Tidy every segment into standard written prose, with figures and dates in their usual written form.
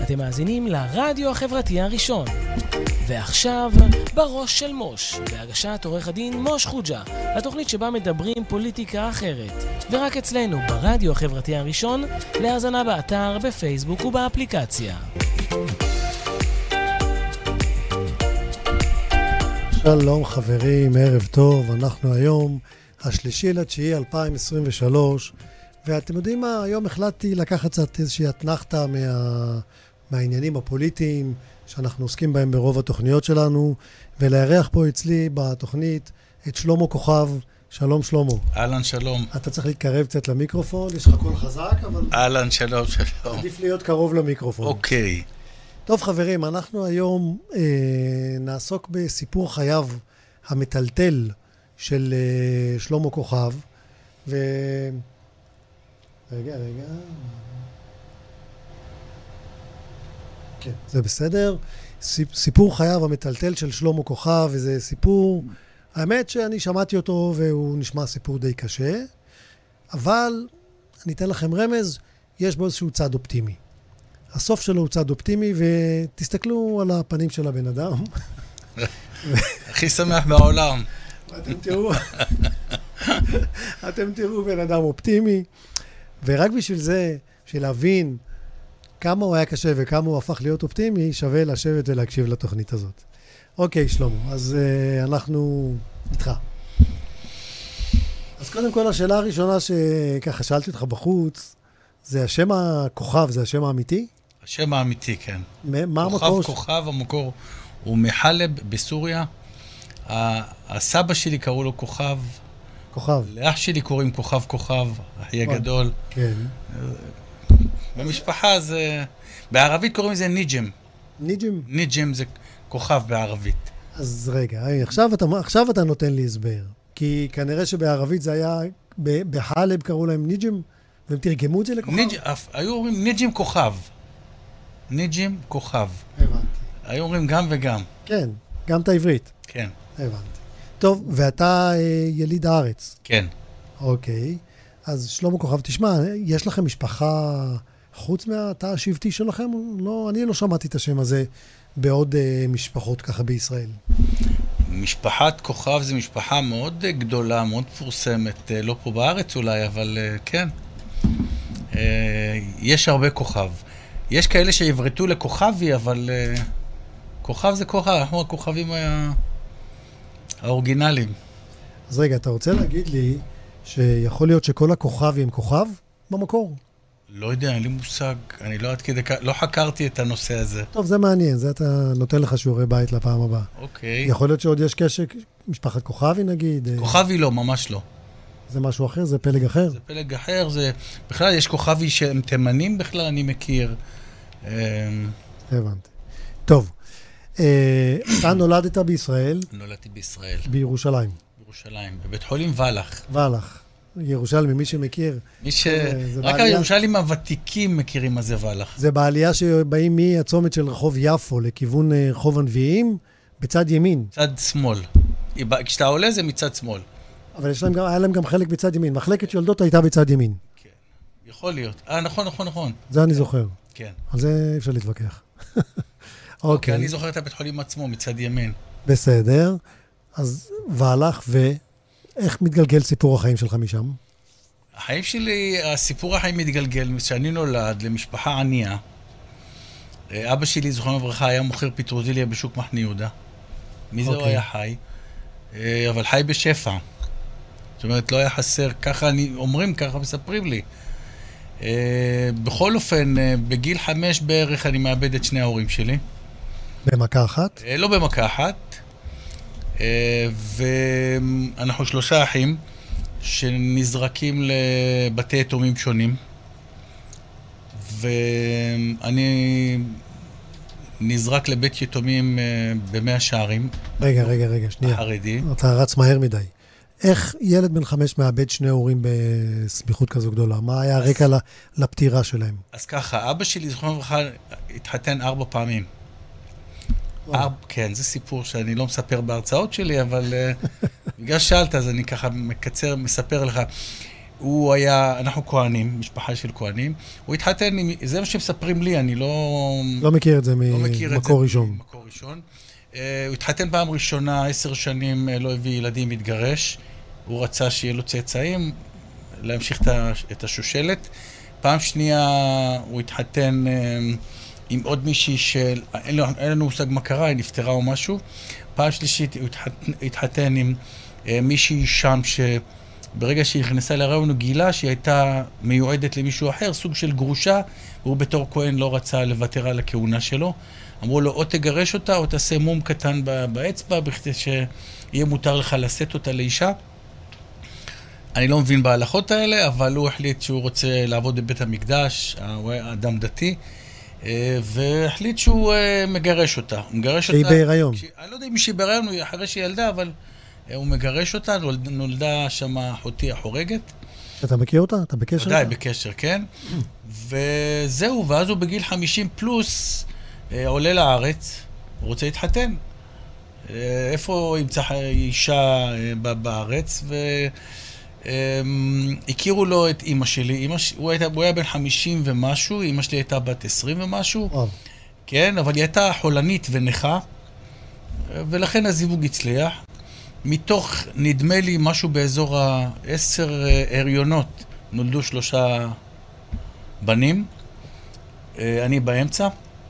אתם מאזינים לרדיו החברתי הראשון. ועכשיו, בראש של מוש, בהגשת עורך הדין מוש חוג'ה, התוכנית שבה מדברים פוליטיקה אחרת. ורק אצלנו, ברדיו החברתי הראשון, להאזנה באתר, בפייסבוק ובאפליקציה. שלום חברים, ערב טוב, אנחנו היום, 3/9/2023, ואתם יודעים מה, היום החלטתי לקחת קצת איזושהי אתנחתה מהעניינים הפוליטיים שאנחנו עוסקים בהם ברוב התוכניות שלנו, ולארח פה אצלי בתוכנית את שלמה כוכב. שלום שלמה. אהלן, שלום. אתה צריך להתקרב קצת למיקרופון, יש לך קול חזק, אבל... אהלן, שלום, שלום. עדיף להיות קרוב למיקרופון. אוקיי. טוב חברים, אנחנו היום נעסוק בסיפור חייו המטלטל של שלמה כוכב, רגע. כן, זה בסדר. סיפור חייו המטלטל של שלמה כוכב, וזה סיפור, האמת שאני שמעתי אותו והוא נשמע סיפור די קשה, אבל אני אתן לכם רמז, יש בו איזשהו צד אופטימי. הסוף שלו הוא צד אופטימי, ותסתכלו על הפנים של הבן אדם. הכי שמח בעולם. אתם תראו בן אדם אופטימי, ורק בשביל זה, בשביל להבין כמה הוא היה קשה וכמה הוא הפך להיות אופטימי, שווה לשבת ולהקשיב לתוכנית הזאת. אוקיי, שלמה, אז אנחנו איתך. אז קודם כל, השאלה הראשונה שככה שאלתי אותך בחוץ, זה השם הכוכב, זה השם האמיתי? השם האמיתי, כן. מה המקור? כוכב, המקור הוא מחלב בסוריה. הסבא שלי קראו לו כוכב. כוכב. לאח שלי קוראים כוכב, אחי הגדול. כן. במשפחה זה... בערבית קוראים לזה ניג'ם. ניג'ם? ניג'ם זה כוכב בערבית. אז רגע, עכשיו אתה נותן לי הסבר. כי כנראה שבערבית זה היה... בחלב קראו להם ניג'ם, והם תרגמו את זה לכוכב? היו אומרים ניג'ם כוכב. ניג'ם כוכב. הבנתי. היו אומרים גם וגם. כן, גם את העברית. כן. הבנתי. טוב, ואתה יליד הארץ. כן. אוקיי. אז שלמה כוכב, תשמע, יש לכם משפחה חוץ מהתא השבטי שלכם? לא, אני לא שמעתי את השם הזה בעוד משפחות ככה בישראל. משפחת כוכב זה משפחה מאוד גדולה, מאוד פורסמת, לא פה בארץ אולי, אבל כן. יש הרבה כוכב. יש כאלה שיברטו לכוכבי, אבל כוכב זה כוכב, אנחנו הכוכבים האורגינליים. אז רגע, אתה רוצה להגיד לי שיכול להיות שכל הכוכבי הם כוכב במקור? לא יודע, אין לי מושג. אני לא חקרתי את הנושא הזה. טוב, זה מעניין. זה אתה נותן לך שיעורי בית לפעם הבאה. אוקיי. יכול להיות שעוד יש קשר, משפחת כוכבי נגיד? כוכבי לא, ממש לא. זה משהו אחר? זה פלג אחר? זה פלג אחר, זה... בכלל יש כוכבי שהם תימנים בכלל, אני מכיר. הבנתי. טוב. אתה נולדת בישראל? נולדתי בישראל. בירושלים. בירושלים, בבית חולים ולח. ולח. ירושלים, מי שמכיר. רק הירושלים הוותיקים מכירים מה זה ולח. זה בעלייה שבאים מהצומת של רחוב יפו לכיוון רחוב הנביאים, בצד ימין. צד שמאל. כשאתה עולה זה מצד שמאל. אבל היה להם גם חלק בצד ימין. מחלקת יולדות הייתה בצד ימין. כן. יכול להיות. נכון. זה אני זוכר. כן. על זה אפשר להתווכח. אוקיי. אני זוכר את הבית חולים עצמו מצד ימין. בסדר. אז ולח איך מתגלגל סיפור החיים שלך משם? החיים שלי, הסיפור החיים מתגלגל, כשאני נולד למשפחה ענייה. אבא שלי, זכרונו לברכה, היה מוכר פטרוזיליה בשוק מחנה יהודה. מי זה הוא היה חי? אבל חי בשפע. זאת אומרת, לא היה חסר, ככה אומרים, ככה מספרים לי. בכל אופן, בגיל 5 בערך אני מאבד את שני ההורים שלי. במכה אחת? לא במכה אחת. ואנחנו 3 אחים שנזרקים לבתי יתומים שונים, ואני נזרק לבית יתומים במאה שערים. רגע, שנייה. החרדי. אתה רץ מהר מדי. איך ילד בן 5 מאבד שני הורים בסמיכות כזו גדולה? מה היה הרקע לפטירה שלהם? אז ככה, אבא שלי, זכרונו לברכה, התחתן 4 פעמים. כן, זה סיפור שאני לא מספר בהרצאות שלי, אבל בגלל שאלת, אז אני ככה מקצר, מספר לך. הוא היה, אנחנו כהנים, משפחה של כהנים, הוא התחתן, זה מה שמספרים לי, אני לא מכיר את זה ממקור ראשון. הוא התחתן פעם ראשונה, 10 שנים לא הביא ילדים, התגרש, הוא רצה שיהיה לו צאצאים, להמשיך את השושלת. פעם שנייה הוא התחתן עם עוד מישהי אין לנו מושג מה קרה, היא נפטרה או משהו. פעם שלישית הוא התחתן עם מישהי שם שברגע שהיא נכנסה להיריון הוא גילה שהיא הייתה מיועדת למישהו אחר, סוג של גרושה, והוא בתור כהן לא רצה לוותר על הכהונה שלו. אמרו לו, או תגרש אותה או תעשה מום קטן באצבע, בכדי שיהיה מותר לך לשאת אותה לאישה. אני לא מבין בהלכות האלה, אבל הוא החליט שהוא רוצה לעבוד בבית המקדש, הוא היה אדם דתי, והחליט שהוא מגרש אותה. הוא מגרש אותה. שהיא בהיריון. אני לא יודע אם שהיא בהיריון, הוא אחרי שהיא ילדה, אבל הוא מגרש אותה, נולדה שם אחותי החורגת. אתה מכיר אותה? אתה בקשר? ודאי, בקשר, כן. וזהו, ואז הוא בגיל 50 פלוס עולה לארץ, הוא רוצה להתחתן. איפה ימצא אישה בארץ, הכירו לו את אמא שלי, הוא היה בן 50 ומשהו, אמא שלי הייתה בת 20 ומשהו, כן, אבל היא הייתה חולנית ונכה, ולכן הזיווג הצליח. מתוך, נדמה לי, משהו באזור 10 הריונות, נולדו 3 בנים, אני באמצע,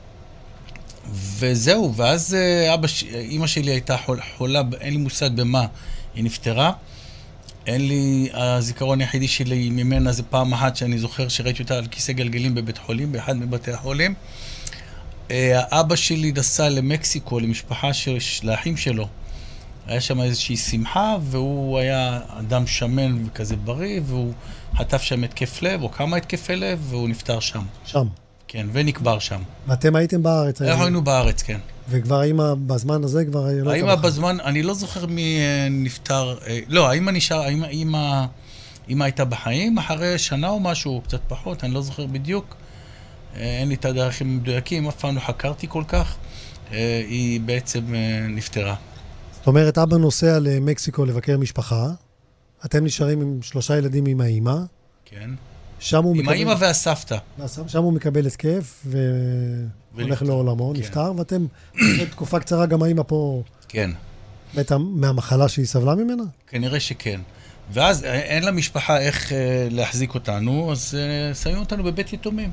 וזהו, ואז אמא שלי הייתה חולה, אין לי מושג במה, היא נפטרה. אין לי, הזיכרון היחידי שלי ממנה זה פעם אחת שאני זוכר שראיתי אותה על כיסא גלגלים בבית חולים, באחד מבתי החולים. האבא שלי נסע למקסיקו, למשפחה של האחים שלו. היה שם איזושהי שמחה, והוא היה אדם שמן וכזה בריא, והוא חטף שם התקף לב, או כמה התקפי לב, והוא נפטר שם. שם? כן, ונקבר שם. ואתם הייתם בארץ? אנחנו היינו בארץ, כן. וכבר האמא בזמן הזה כבר... האמא בזמן, אני לא זוכר מי נפטר, לא, האמא נשאר, האמא הייתה בחיים, אחרי שנה או משהו, קצת פחות, אני לא זוכר בדיוק, אין לי את הדרכים מדויקים, אף פעם לא חקרתי כל כך, היא בעצם נפטרה. זאת אומרת, אבא נוסע למקסיקו לבקר משפחה, אתם נשארים עם 3 ילדים עם האמא. כן. עם האמא והסבתא. שם הוא מקבל התקף והולך לעולמו, נפטר, ואתם, תקופה קצרה גם האמא פה... כן. מהמחלה שהיא סבלה ממנה? כנראה שכן. ואז אין לה משפחה איך להחזיק אותנו, אז שמים אותנו בבית יתומים.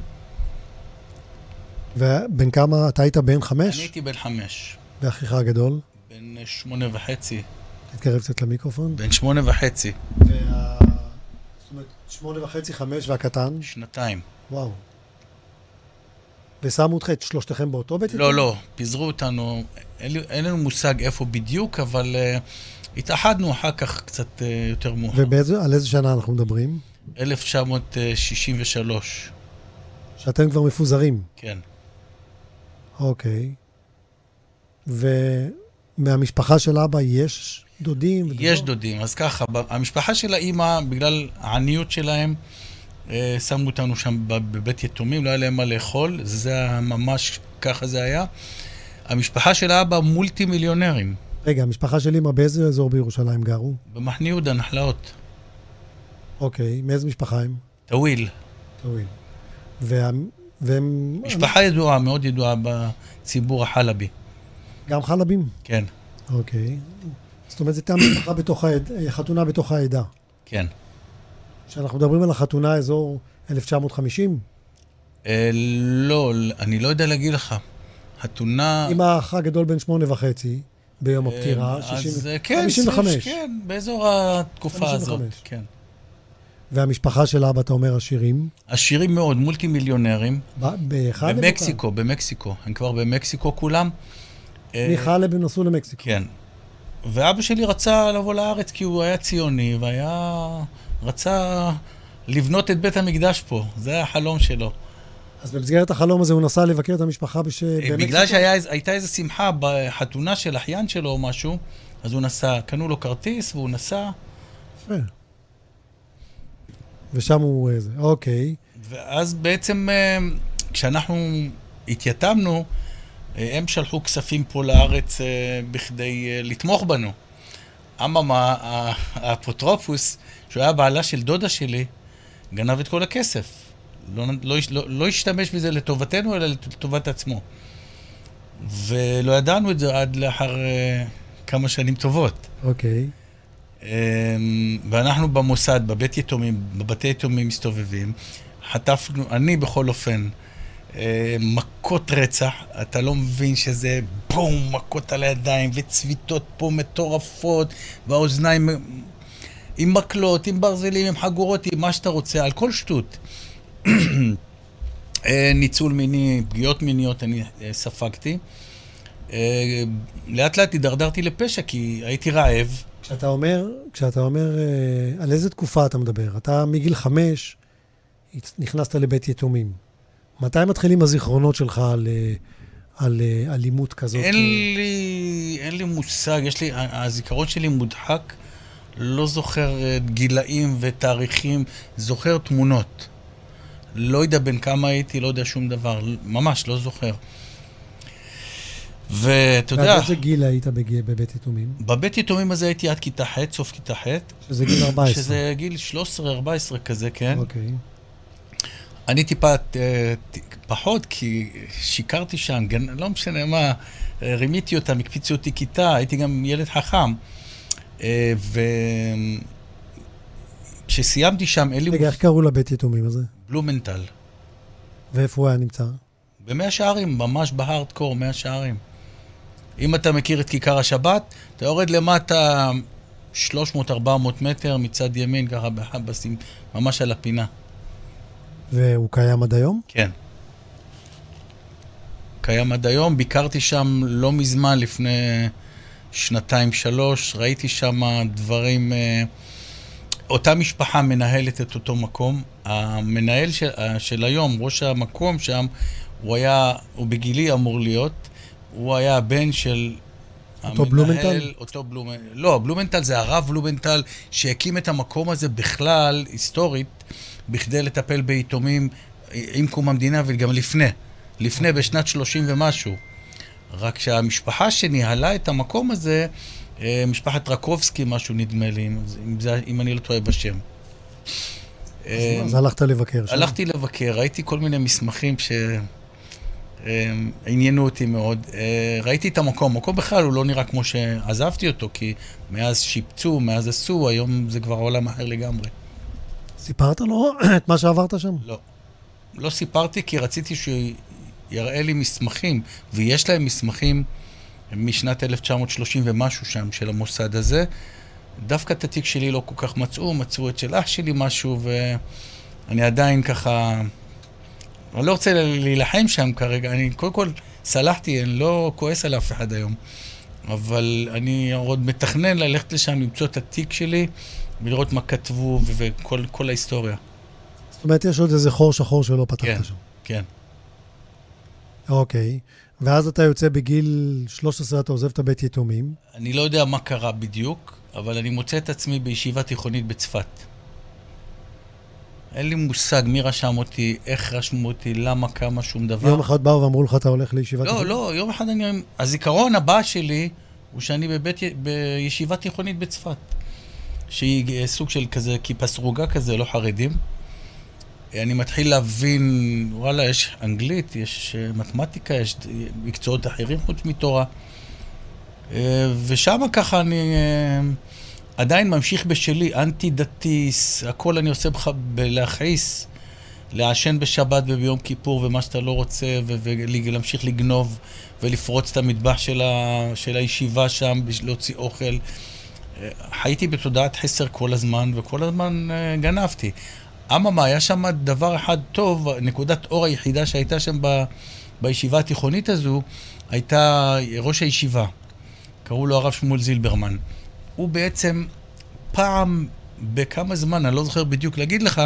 ובן כמה, אתה היית בן 5? אני הייתי בן 5. ואחיך הגדול? בן 8.5. תתקרב קצת למיקרופון. בן 8.5. זאת אומרת, 8.5, 5 והקטן? 2. וואו. ושמו אותך את שלושתכם באותו בית? לא, פיזרו אותנו, אין לנו מושג איפה בדיוק, אבל התאחדנו אחר כך קצת יותר מאוחר. ועל איזה שנה אנחנו מדברים? 1963. שאתם כבר מפוזרים? כן. אוקיי. ומהמשפחה של אבא יש דודים? יש דודים, אז ככה, המשפחה של האמא, בגלל העניות שלהם, שמו אותנו שם בבית יתומים, לא היה להם מה לאכול, זה היה ממש, ככה זה היה. המשפחה של האבא מולטי מיליונרים. רגע, המשפחה של אמא באיזה אזור בירושלים גרו? במחנה יהודה, נחלאות. אוקיי, מאיזה משפחה הם? טוויל. טוויל. משפחה ידועה, מאוד ידועה בציבור החלבי. גם חלבים? כן. אוקיי. זאת אומרת, זה משפחה בתוך חתונה בתוך העדה. כן. כשאנחנו מדברים על החתונה, אזור 1950? לא, אני לא יודע להגיד לך. חתונה... עם האח הגדול בן 8.5, ביום הפטירה, 55. כן, באזור התקופה הזאת. כן. והמשפחה של אבא, אתה אומר, עשירים? עשירים מאוד, מולטי מיליונרים. במקסיקו? במקסיקו. הם כבר במקסיקו כולם. מחלב הם נסעו למקסיקו. כן. ואבא שלי רצה לבוא לארץ כי הוא היה ציוני, רצה לבנות את בית המקדש פה. זה היה החלום שלו. אז במסגרת החלום הזה הוא נסע לבקר את המשפחה במקסיקו? בגלל שהייתה איזו שמחה בחתונה של אחיין שלו או משהו, אז הוא נסע, קנו לו כרטיס והוא נסע. יפה. ושם הוא איזה, אוקיי. ואז בעצם כשאנחנו התייתמנו, הם שלחו כספים פה לארץ בכדי לתמוך בנו. אממה, האפוטרופוס, שהוא היה בעלה של דודה שלי, גנב את כל הכסף. לא השתמש בזה לטובתנו, אלא לטובת עצמו. ולא ידענו את זה עד לאחר כמה שנים טובות. אוקיי. ואנחנו במוסד, בבתי יתומים מסתובבים, חטפנו, אני בכל אופן, מכות רצח, אתה לא מבין שזה בום, מכות על הידיים, וצביטות פה מטורפות, והאוזניים עם מקלות, עם ברזלים, עם חגורות, עם מה שאתה רוצה, על כל שטות. ניצול מיני, פגיעות מיניות, אני ספגתי. לאט לאט התדרדרתי לפשע, כי הייתי רעב. כשאתה אומר, על איזה תקופה אתה מדבר? אתה מגיל 5 נכנסת לבית יתומים. מתי מתחילים הזיכרונות שלך על אלימות כזאת? אין לי מושג, הזיכרון שלי מודחק, לא זוכר גילאים ותאריכים, זוכר תמונות. לא יודע בין כמה הייתי, לא יודע שום דבר, ממש לא זוכר. ואתה יודע... באיזה גיל היית בבית יתומים? בבית יתומים הזה הייתי עד כיתה ח', סוף כיתה ח'. שזה גיל 14. שזה גיל 13-14 כזה, כן. אוקיי. אני טיפה פחות, כי שיקרתי שם, לא משנה מה, רימיתי אותם, הקפיצו אותי כיתה, הייתי גם ילד חכם. וכשסיימתי שם, אין לי... רגע, איך קראו לבית יתומים הזה? בלומנטל. ואיפה הוא היה נמצא? במאה שערים, ממש בהארדקור, 100 שערים. אם אתה מכיר את כיכר השבת, אתה יורד למטה 300-400 מטר מצד ימין, ככה בחבסים, ממש על הפינה. והוא קיים עד היום? כן. קיים עד היום, ביקרתי שם לא מזמן, לפני 2-3, ראיתי שם דברים... אותה משפחה מנהלת את אותו מקום. המנהל של היום, ראש המקום שם, הוא בגילי אמור להיות, הוא היה הבן של אותו בלומנטל? לא, בלומנטל זה הרב בלומנטל, שהקים את המקום הזה בכלל, היסטורית, בכדי לטפל ביתומים עם קום המדינה וגם לפני בשנת 30 ומשהו. רק שהמשפחה שניהלה את המקום הזה, משפחת רקובסקי, משהו נדמה לי, אם אני לא טועה בשם. אז הלכת לבקר שם? הלכתי לבקר, ראיתי כל מיני מסמכים שעניינו אותי מאוד. ראיתי את המקום, המקום בכלל הוא לא נראה כמו שעזבתי אותו, כי מאז שיפצו, מאז עשו, היום זה כבר עולם אחר לגמרי. סיפרת לו את מה שעברת שם? לא. לא סיפרתי כי רציתי שיראה לי מסמכים, ויש להם מסמכים משנת 1930 ומשהו שם של המוסד הזה. דווקא את התיק שלי לא כל כך מצאו את של אח שלי משהו, ואני עדיין ככה, אני לא רוצה להילחם שם כרגע, אני קודם כל סלחתי, אני לא כועס על אף אחד היום, אבל אני עוד מתכנן ללכת לשם, למצוא את התיק שלי, ולראות מה כתבו וכל ההיסטוריה. זאת אומרת, יש עוד איזה חור שחור שלא פתחת שם. כן. אוקיי. ואז אתה יוצא בגיל 13, אתה עוזב את הבית יתומים. אני לא יודע מה קרה בדיוק, אבל אני מוצא את עצמי בישיבה תיכונית בצפת. אין לי מושג מי רשם אותי, איך רשמו אותי, למה, כמה, שום דבר. יום אחד באו ואמרו לך, אתה הולך לישיבה תיכונית? לא, יום אחד הזיכרון הבא שלי הוא שאני בישיבה תיכונית בצפת. שהיא סוג של כזה, כיפה סרוגה כזה, לא חרדים. אני מתחיל להבין, וואלה, יש אנגלית, יש מתמטיקה, יש מקצועות אחרים חוץ מתורה. ושם ככה אני עדיין ממשיך בשלי, אנטי-דתיס, הכל אני עושה בלהכעיס, לעשן בשבת וביום כיפור ומה שאתה לא רוצה, ולהמשיך לגנוב ולפרוץ את המטבח של הישיבה שם, להוציא אוכל. חייתי בתודעת חסר כל הזמן, וכל הזמן גנבתי. אממה, היה שם דבר אחד טוב, נקודת אור היחידה שהייתה שם בישיבה התיכונית הזו, הייתה ראש הישיבה. קראו לו הרב שמואל זילברמן. הוא בעצם פעם, בכמה זמן, אני לא זוכר בדיוק להגיד לך,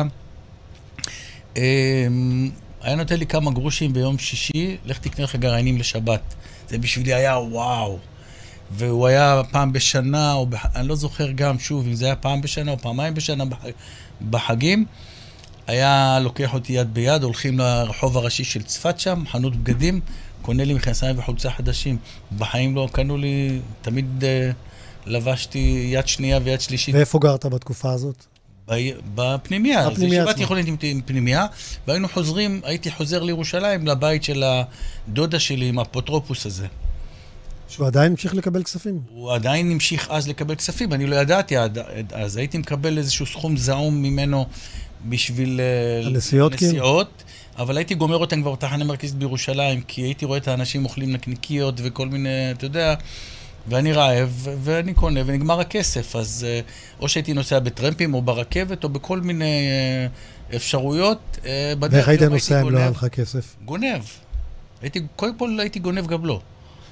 היה נותן לי כמה גרושים ביום שישי, לך תקנה לך גרעינים לשבת. זה בשבילי היה וואו. והוא היה פעם בשנה, אני לא זוכר גם שוב, אם זה היה פעם בשנה או פעמיים בשנה בחגים, היה לוקח אותי יד ביד, הולכים לרחוב הראשי של צפת שם, חנות בגדים, קונה לי מכנסיים וחולצה חדשים. בחיים לא קנו לי, תמיד לבשתי יד שנייה ויד שלישית. ואיפה גרת בתקופה הזאת? בפנימיה. זה ישיבת תיכונית עם פנימיה, והיינו חוזרים, הייתי חוזר לירושלים, לבית של הדודה שלי עם האפוטרופוס הזה. שהוא עדיין המשיך לקבל כספים? הוא עדיין המשיך אז לקבל כספים, אני לא ידעתי, אז הייתי מקבל איזשהו סכום זעום ממנו בשביל הנסיעות, אבל הייתי גומר אותם כבר בתחנה מרכזית בירושלים, כי הייתי רואה את האנשים אוכלים נקניקיות וכל מיני, אתה יודע, ואני רעב, ואני קונה, ונגמר הכסף, אז או שהייתי נוסע בטרמפים, או ברכבת, או בכל מיני אפשרויות. ואיך היית נוסע אם לא היה לך כסף? גונב. קודם כל הייתי גונב גם לא.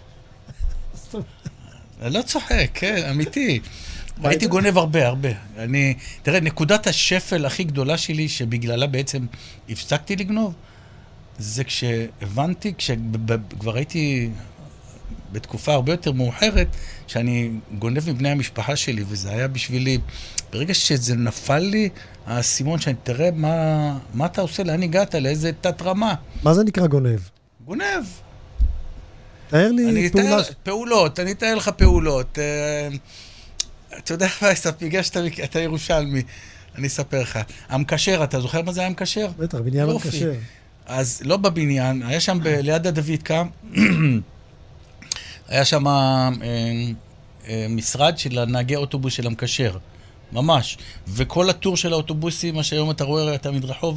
אני לא צוחק, כן, אמיתי. הייתי גונב הרבה. תראה, נקודת השפל הכי גדולה שלי, שבגללה בעצם הפסקתי לגנוב, זה כשהבנתי, כשכבר הייתי בתקופה הרבה יותר מאוחרת, שאני גונב מבני המשפחה שלי, וזה היה בשבילי, ברגע שזה נפל לי, הסימון שאני, תראה מה אתה עושה, לאן הגעת, לאיזה תת רמה. מה זה נקרא גונב? גונב. תאר לי פעולות, אני אתאר לך פעולות. אתה יודע מה, בגלל שאתה ירושלמי, אני אספר לך. המקשר, אתה זוכר מה זה היה המקשר? בטח, בניין המקשר. אז לא בבניין, היה שם ליד הדוידקה, היה שם משרד של נהגי אוטובוס של המקשר, ממש. וכל הטור של האוטובוסים, מה שהיום אתה רואה, את המדרחוב,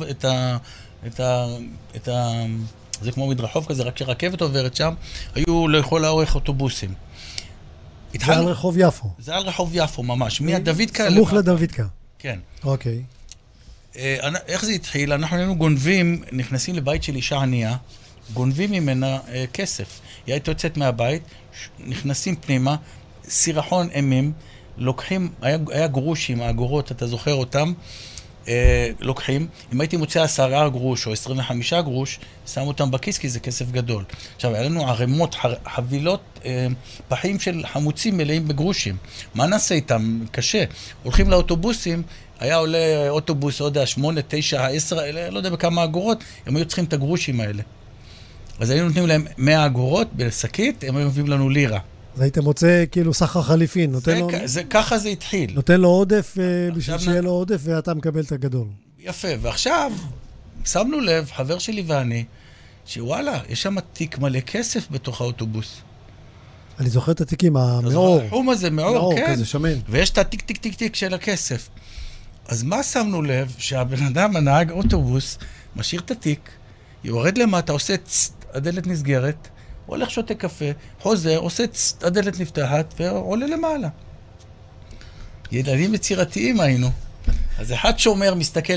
זה כמו מדרחוב כזה, רק שרכבת עוברת שם, היו לכל האורך אוטובוסים. זה על רחוב יפו. זה על רחוב יפו, ממש. מהדוידקה... סמוך לדוידקה. כן. אוקיי. איך זה התחיל? אנחנו היינו גונבים, נכנסים לבית של אישה ענייה, גונבים ממנה כסף. היא הייתה יוצאת מהבית, נכנסים פנימה, סירחון אימים, לוקחים, היה גרושים, האגורות, אתה זוכר אותם, לוקחים, אם הייתי מוצא 10 גרוש או 25 גרוש, שם אותם בכיס, כי זה כסף גדול. עכשיו, היה לנו ערימות, חבילות, פחים של חמוצים מלאים בגרושים. מה נעשה איתם? קשה. הולכים לאוטובוסים, היה עולה אוטובוס, עוד 8, 9, 10, לא יודע בכמה אגורות, הם היו צריכים את הגרושים האלה. אז היינו נותנים להם 100 אגורות בשקית, הם היו מביאים לנו לירה. אז היית מוצא כאילו סחר חליפין, ככה זה התחיל. נותן לו עודף בשביל שיהיה לו עודף, ואתה מקבל את הגדול. יפה, ועכשיו שמנו לב, חבר שלי ואני, שוואלה, יש שם תיק מלא כסף בתוך האוטובוס. אני זוכר את התיקים, המאור. החום הזה, מאור, כן. כזה שמן. ויש את התיק, תיק, תיק, תיק של הכסף. אז מה שמנו לב? שהבן אדם, הנהג אוטובוס, משאיר את התיק, יורד למטה, עושה הדלת נסגרת, הולך שותה קפה, חוזר, עושה הדלת נפתחת, ועולה למעלה. ילדים יצירתיים היינו. אז אחד שומר, מסתכל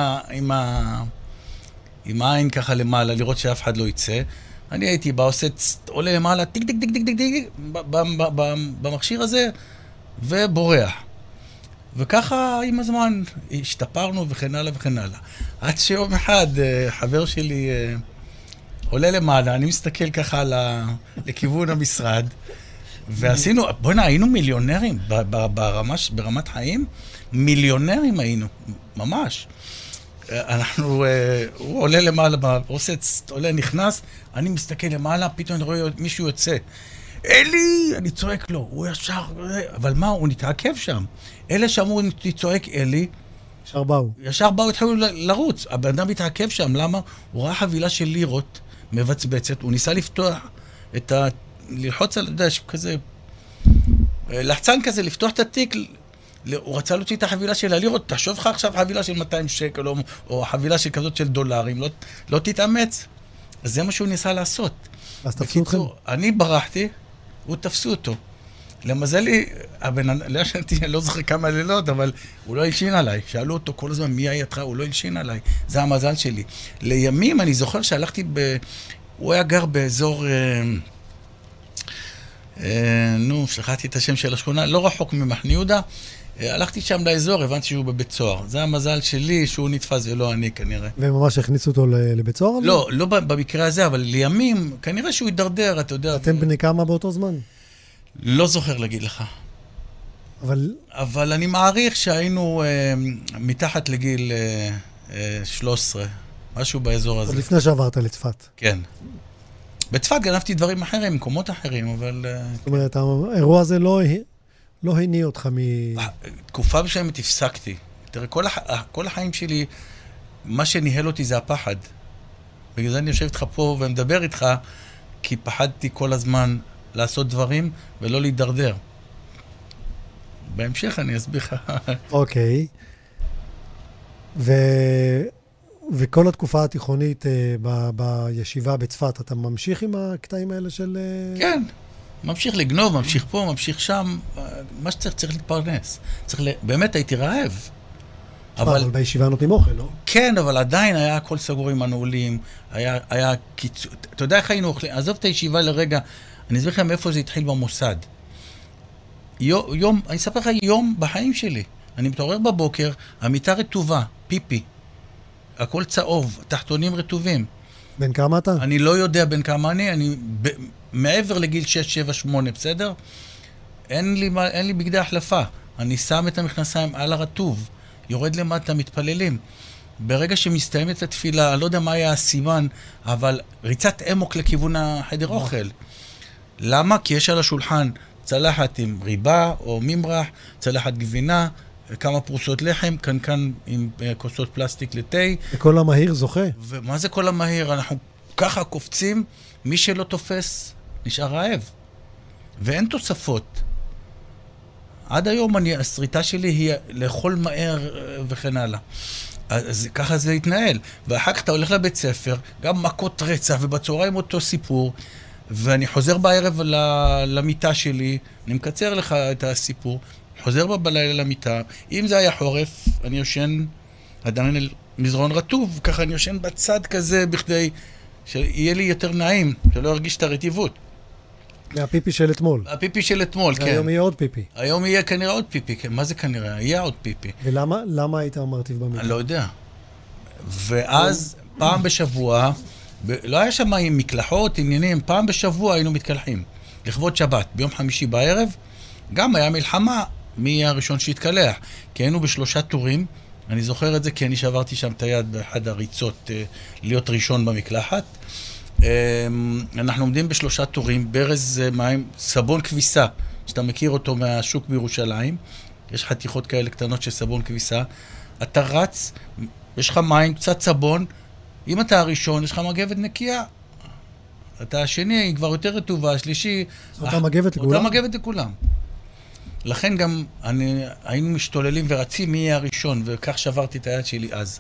עם העין ככה למעלה, לראות שאף אחד לא יצא. אני הייתי בא, עושה עולה למעלה, טיק, טיק, טיק, טיק, טיק, טיק, במכשיר הזה, ובורח. וככה עם הזמן השתפרנו וכן הלאה וכן הלאה. עד שיום אחד חבר שלי עולה למעלה, אני מסתכל ככה לכיוון המשרד, ועשינו, בוא'נה, היינו מיליונרים ברמת חיים, מיליונרים היינו, ממש. הוא עולה למעלה, עולה, נכנס, אני מסתכל למעלה, פתאום אני רואה מישהו יוצא. אלי! אני צועק לו, הוא ישר, אבל מה, הוא נתעכב שם. אלה שאמרו, אני צועק אלי, ישר באו, התחילו לרוץ. הבן אדם התעכב שם, למה? הוא ראה חבילה של לירות מבצבצת, הוא ניסה לפתוח ללחוץ על דש, כזה, לחצן כזה, לפתוח את התיק, הוא רצה להוציא את החבילה של הלירות, תחשוב לך עכשיו חבילה של 200 שקל, או חבילה של כזאת של דולרים, לא תתאמץ. אז זה מה שהוא ניסה לעשות. אז תפסו אתכם? אני ברחתי, הוא תפסו אותו. למזלי, אני לא זוכר כמה לילות, אבל הוא לא הלשין עליי. שאלו אותו כל הזמן, מי היתך? הוא לא הלשין עליי. זה המזל שלי. לימים אני זוכר שהלכתי הוא היה גר באזור... שכחתי את השם של השכונה, לא רחוק ממחנה יהודה. הלכתי שם לאזור, הבנתי שהוא בבית סוהר. זה המזל שלי שהוא נתפס ולא אני כנראה. וממש הכניסו אותו לבית סוהר? לא במקרה הזה, אבל לימים, כנראה שהוא ידרדר, אתה יודע. אתם בני כמה באותו זמן? לא זוכר להגיד לך. אבל אני מעריך שהיינו מתחת לגיל 13, משהו באזור הזה. עוד לפני שעברת לצפת. כן. בצפת גנבתי דברים אחרים, מקומות אחרים, אבל... זאת אומרת, האירוע הזה לא הניע אותך תקופה בשביל הפסקתי. תראה, כל החיים שלי, מה שניהל אותי זה הפחד. בגלל זה אני יושב איתך פה ומדבר איתך, כי פחדתי כל הזמן לעשות דברים ולא להידרדר. בהמשך אני אסביר לך. אוקיי. וכל התקופה התיכונית בישיבה בצפת, אתה ממשיך עם הקטעים האלה של... כן, ממשיך לגנוב, ממשיך פה, ממשיך שם. מה שצריך להתפרנס. באמת הייתי רעב. אבל בישיבה נותנים אוכל, לא? כן, אבל עדיין היה הכל סגור עם הנעולים, היה קיצור... אתה יודע איך היינו אוכלים? עזוב את הישיבה לרגע, אני אסביר לכם איפה זה התחיל במוסד. אני אספר לך יום בחיים שלי. אני מתעורר בבוקר, המיטה רטובה, פיפי. הכל צהוב, תחתונים רטובים. בן כמה אתה? אני לא יודע בן כמה אני מעבר לגיל 6, 7, 8, בסדר? אין לי בגדי החלפה. אני שם את המכנסיים על הרטוב. יורד למטה, מתפללים. ברגע שמסתיימת התפילה, אני לא יודע מה היה הסימן, אבל ריצת אמוק לכיוון החדר אוכל. למה? כי יש על השולחן צלחת עם ריבה או ממרח, צלחת גבינה, כמה פרוסות לחם, כאן עם כוסות פלסטיק לתה. וכל המהיר זוכה. ומה זה כל המהיר? אנחנו ככה קופצים, מי שלא תופס נשאר רעב. ואין תוספות. עד היום הסריטה שלי היא לאכול מהר וכן הלאה. אז ככה זה התנהל. ואחר כך אתה הולך לבית ספר, גם מכות רצח, ובצהריים אותו סיפור, ואני חוזר בערב למיטה שלי, אני מקצר לך את הסיפור, חוזר בלילה למיטה, אם זה היה חורף, אני יושן עדיין על מזרון רטוב, ככה אני יושן בצד כזה, בכדי שיהיה לי יותר נעים, שלא ארגיש את הרטיבות. מהפיפי של אתמול. הפיפי של אתמול, כן. היום יהיה עוד פיפי. היום יהיה כנראה עוד פיפי, כן. מה זה כנראה? יהיה עוד פיפי. ולמה היית מרטיב במיטה? אני לא יודע. ואז פעם בשבוע, לא היה שם עם מקלחות, עניינים, פעם בשבוע היינו מתקלחים. לכבוד שבת, ביום חמישי בערב, גם היה מלחמה מי הראשון שהתקלח. כי היינו ב3 טורים, אני זוכר את זה כי אני שברתי שם את היד באחד הריצות להיות ראשון במקלחת. אנחנו עומדים ב3 טורים, ברז מים, סבון כביסה, שאתה מכיר אותו מהשוק בירושלים, יש חתיכות כאלה קטנות של סבון כביסה, אתה רץ, יש לך מים, קצת סבון, אם אתה הראשון, יש לך מגבת נקייה, אתה השני, היא כבר יותר רטובה, השלישי... אותה מגבת לכולם? אותה מגבת לכולם. לכן גם היינו משתוללים ורצים מי יהיה הראשון, וכך שברתי את היד שלי אז.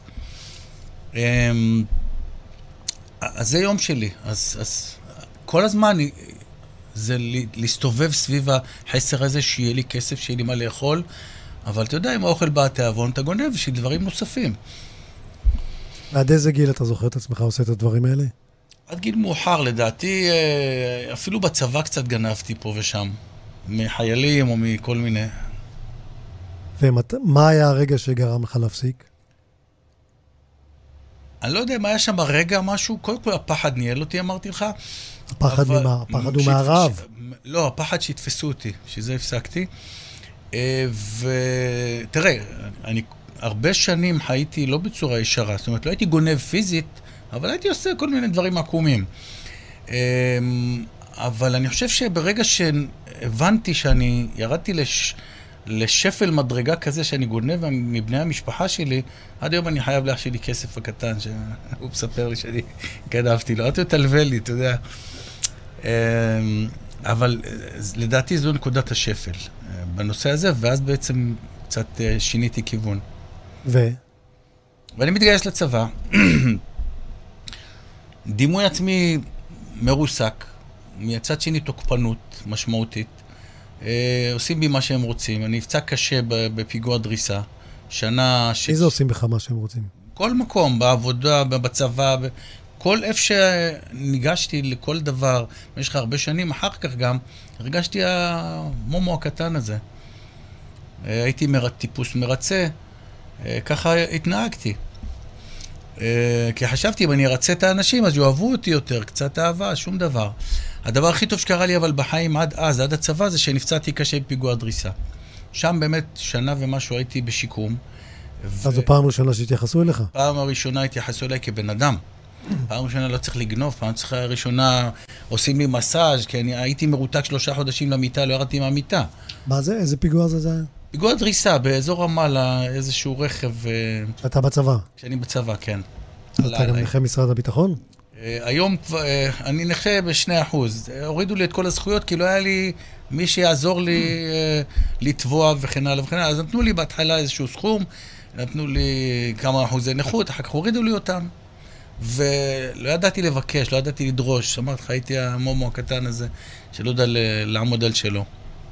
אז זה יום שלי, אז כל הזמן זה להסתובב סביב החסר הזה, שיהיה לי כסף, שיהיה לי מה לאכול, אבל אתה יודע, אם האוכל בא התיאבון, אתה גונב בשביל דברים נוספים. ועד איזה גיל אתה זוכר את עצמך עושה את הדברים האלה? עד גיל מאוחר, לדעתי, אפילו בצבא קצת גנבתי פה ושם, מחיילים או מכל מיני. ומה היה הרגע שגרם לך להפסיק? אני לא יודע אם היה שם הרגע משהו, קודם כל הפחד ניהל אותי, אמרתי לך. הפחד ממה? הפחד הוא מהרעב? לא, הפחד שהתפסו אותי, שזה הפסקתי. ותראה, אני הרבה שנים חייתי לא בצורה ישרה, זאת אומרת, לא הייתי גונב פיזית, אבל הייתי עושה כל מיני דברים עקומים. אבל אני חושב שברגע שהבנתי שאני ירדתי לשפל מדרגה כזה שאני גונב מבני המשפחה שלי, עד היום אני חייב לאח שלי כסף הקטן, שהוא מספר לי שאני גנבתי לו, אתה תלווה לי, אתה יודע. אבל לדעתי זו נקודת השפל בנושא הזה, ואז בעצם קצת שיניתי כיוון. ואני מתגייס לצבא, דימוי עצמי מרוסק, מצד שני תוקפנות משמעותית, עושים בי מה שהם רוצים, אני נפצע קשה בפיגוע דריסה, שנה... איזה עושים בך מה שהם רוצים? כל מקום, בעבודה, בצבא, כל איפה שניגשתי לכל דבר, במשך הרבה שנים, אחר כך גם, הרגשתי המומו הקטן הזה. הייתי טיפוס מרצה, ככה התנהגתי. כי חשבתי, אם אני ארצה את האנשים, אז יאהבו אותי יותר, קצת אהבה, שום דבר. הדבר הכי טוב שקרה לי אבל בחיים עד הצבא, זה שנפצעתי קשה בפיגוע דריסה. שם באמת שנה ומשהו הייתי בשיקום. אז זו פעם ראשונה שהתייחסו אליך? פעם הראשונה התייחסו אליי כבן אדם. פעם ראשונה לא צריך לגנוב, פעם ראשונה עושים לי מסאז' כי אני הייתי מרותק 3 חודשים למיטה, לא ירדתי מהמיטה. מה זה? איזה פיגוע זה היה? פיגוע דריסה באזור רמאללה, איזשהו רכב... אתה בצבא? כשאני בצבא, כן. אתה גם נכה משרד הביטחון? היום אני נכה ב2%. הורידו לי את כל הזכויות, כי לא היה לי מי שיעזור לי לתבוע וכן הלאה וכן הלאה. אז נתנו לי בהתחלה איזשהו סכום, נתנו לי כמה אחוזי נכות, אחר כך הורידו לי אותם. ולא ידעתי לבקש, לא ידעתי לדרוש. אמרתי לך, הייתי המומו הקטן הזה, שלא יודע לעמוד על שלו.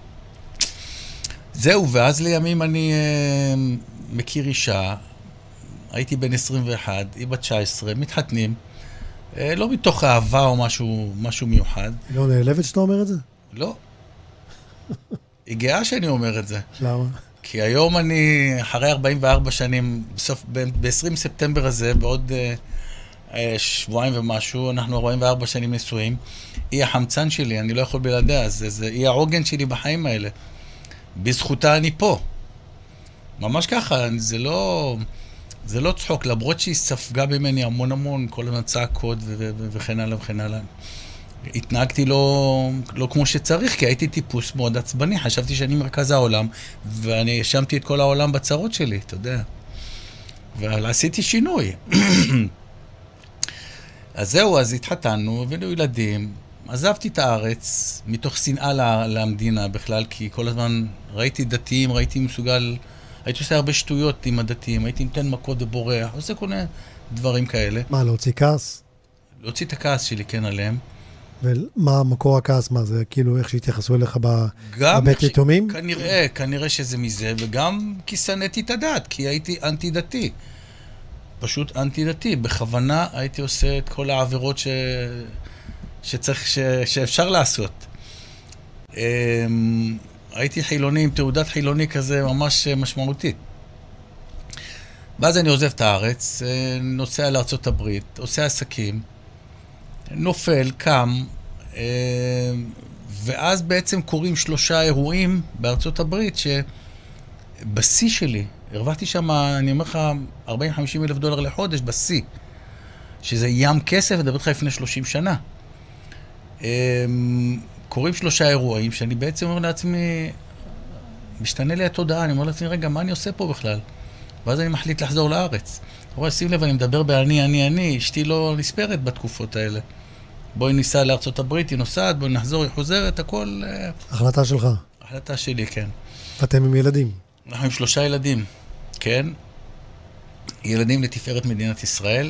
זהו, ואז לימים אני מכיר אישה, הייתי בן 21, היא בת 19, מתחתנים, לא מתוך אהבה או משהו מיוחד. לא נעלבת שאתה אומר את זה? לא. היא גאה שאני אומר את זה. למה? כי היום אני, אחרי 44 שנים, ב-20 ספטמבר הזה, בעוד שבועיים ומשהו, אנחנו 44 שנים נשואים, היא החמצן שלי, אני לא יכול בלעדיה, היא העוגן שלי בחיים האלה. בזכותה אני פה. ממש ככה, זה לא צחוק, למרות שהיא ספגה ממני המון, כל הצעקות וכן הלאה וכן הלאה. התנהגתי לא כמו שצריך, כי הייתי טיפוס מאוד עצבני, חשבתי שאני מרכז העולם, ואני האשמתי את כל העולם בצרות שלי, אתה יודע. אבל עשיתי שינוי. אז זהו, אז התחתנו, הבאנו ילדים, עזבתי את הארץ, מתוך שנאה למדינה בכלל, כי כל הזמן ראיתי דתיים, הייתי עושה הרבה שטויות עם הדתיים, הייתי נותן מכות ובורח, עושה כל מיני דברים כאלה. מה, להוציא כעס? להוציא את הכעס שלי, כן, עליהם. ומה מקור הכעס? מה זה, כאילו, איך שהתייחסו אליך בבית יתומים? כנראה שזה מזה, וגם כי שנאתי את הדת, כי הייתי אנטי-דתי. פשוט אנטי-דתי. בכוונה הייתי עושה את כל העבירות שאפשר לעשות. הייתי חילוני עם תעודת חילוני כזה ממש משמעותית. ואז אני עוזב את הארץ, נוסע לארצות הברית, עושה עסקים, נופל, קם, ואז בעצם קורים 3 אירועים בארצות הברית שבשיא שלי, הרווחתי שם, אני אומר לך, 40-50 אלף דולר לחודש בשיא, שזה ים כסף, אני מדבר לך לפני 30 שנה. קורים 3 אירועים שאני בעצם אומר לעצמי, משתנה לי התודעה, אני אומר לעצמי, רגע, מה אני עושה פה בכלל? ואז אני מחליט לחזור לארץ. רואה, שים לב, אני מדבר אני, אשתי לא נספרת בתקופות האלה. בואי ניסע לארצות הברית, היא נוסעת, בואי נחזור, היא חוזרת, הכל... החלטה שלך. החלטה שלי, כן. ואתם עם ילדים. אנחנו עם 3 ילדים, כן. ילדים לתפארת מדינת ישראל.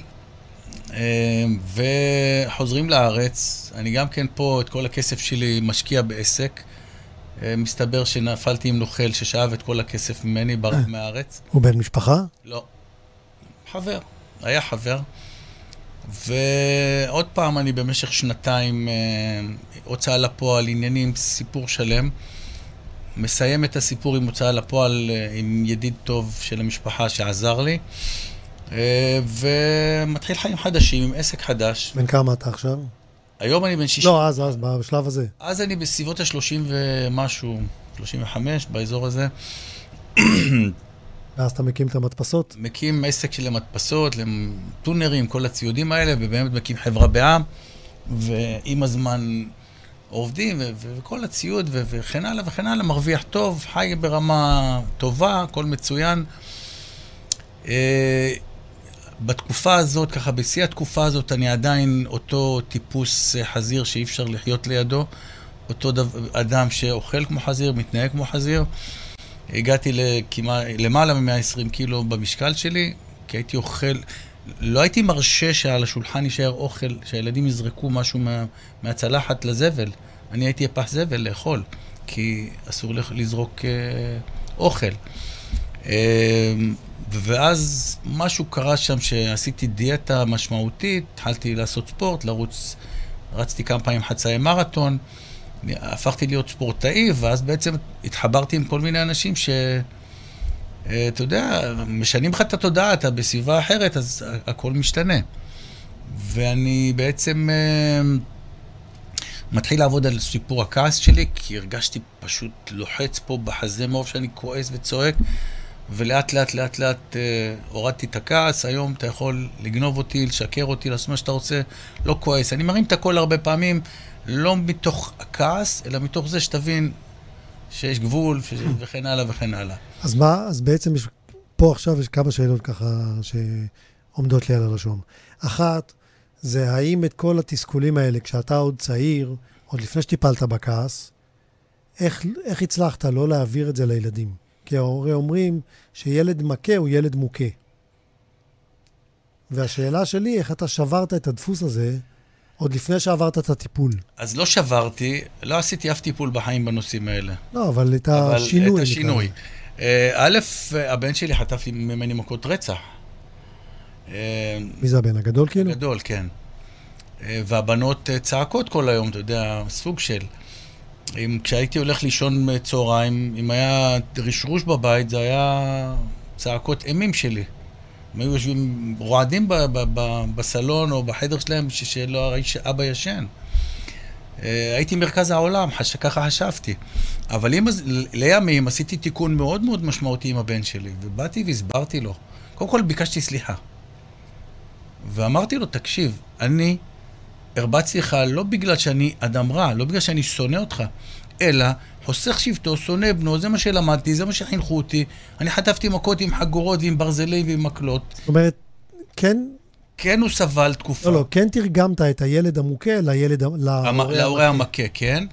וחוזרים לארץ, אני גם כן פה את כל הכסף שלי משקיע בעסק, מסתבר שנפלתי עם נוכל ששאב את כל הכסף ממני ברח מהארץ. הוא בן משפחה? לא, חבר, היה חבר, ועוד פעם אני במשך 2 הוצאה לפועל, עניינים, סיפור שלם, מסיים את הסיפור עם הוצאה לפועל עם ידיד טוב של המשפחה שעזר לי, ומתחיל חיים חדשים, עם עסק חדש. בן כמה אתה עכשיו? היום אני בן 60. לא, אז, בשלב הזה. אז אני בסביבות ה-30 ומשהו, 35, באזור הזה. ואז אתה מקים את המדפסות? מקים עסק של המדפסות, לטונרים, כל הציודים האלה, ובאמת מקים חברה בעם, ועם הזמן עובדים, וכל הציוד, וכן הלאה וכן הלאה, מרוויח טוב, חי ברמה טובה, הכל מצוין. בתקופה הזאת, ככה בשיא התקופה הזאת, אני עדיין אותו טיפוס חזיר שאי אפשר לחיות לידו, אותו אדם שאוכל כמו חזיר, מתנהג כמו חזיר. הגעתי למעלה מ-120 קילו במשקל שלי, כי הייתי אוכל, לא הייתי מרשה שעל השולחן יישאר אוכל, שהילדים יזרקו משהו מהצלחת לזבל. אני הייתי פח זבל לאכול, כי אסור לזרוק אוכל. ואז משהו קרה שם שעשיתי דיאטה משמעותית, התחלתי לעשות ספורט, רצתי כמה פעמים חצאי מרתון, הפכתי להיות ספורטאי, ואז בעצם התחברתי עם כל מיני אנשים אתה יודע, משנים לך את התודעה, אתה בסביבה אחרת, אז הכל משתנה. ואני בעצם מתחיל לעבוד על סיפור הכעס שלי, כי הרגשתי פשוט לוחץ פה בחזה מרוב שאני כועס וצועק, ולאט לאט הורדתי את הכעס. היום אתה יכול לגנוב אותי, לשקר אותי, לעשות מה שאתה רוצה, לא כועס. אני מרים את הכל הרבה פעמים, לא מתוך הכעס, אלא מתוך זה שתבין שיש גבול וכן הלאה וכן הלאה. אז מה, אז בעצם פה עכשיו יש כמה שאלות ככה שעומדות לי על הלשון. אחת, זה האם את כל התסכולים האלה, כשאתה עוד צעיר, עוד לפני שטיפלת בכעס, איך הצלחת לא להעביר את זה לילדים? כי ההורים אומרים שילד מכה הוא ילד מוכה. והשאלה שלי, איך אתה שברת את הדפוס הזה, עוד לפני שעברת את הטיפול? אז לא שברתי, לא עשיתי אף טיפול בחיים בנושאים האלה. לא, אבל את השינוי. את השינוי. א', הבן שלי חטף ממני מכות רצח. מי זה הבן? הגדול כאילו? הגדול, כן. והבנות צעקות כל היום, אתה יודע, סוג של. כשהייתי הולך לישון צהריים, אם היה רשרוש בבית, זה היה צעקות אימים שלי. הם היו יושבים, רועדים בסלון או בחדר שלהם שלא אבא ישן. הייתי מרכז העולם, ככה חשבתי. אבל לימים עשיתי תיקון מאוד מאוד משמעותי עם הבן שלי, ובאתי והסברתי לו. קודם כל ביקשתי סליחה. ואמרתי לו, תקשיב, אני הרבצתי לך לא בגלל שאני אדם רע, לא בגלל שאני שונא אותך, אלא חוסך שבטו, שונא בנו, זה מה שלמדתי, זה מה שחינכו אותי. אני חטפתי מכות עם חגורות ועם ברזלים ועם מקלות. זאת אומרת, כן? כן, הוא סבל תקופה. לא, כן תרגמת את הילד המוכה להורה המכה, כן.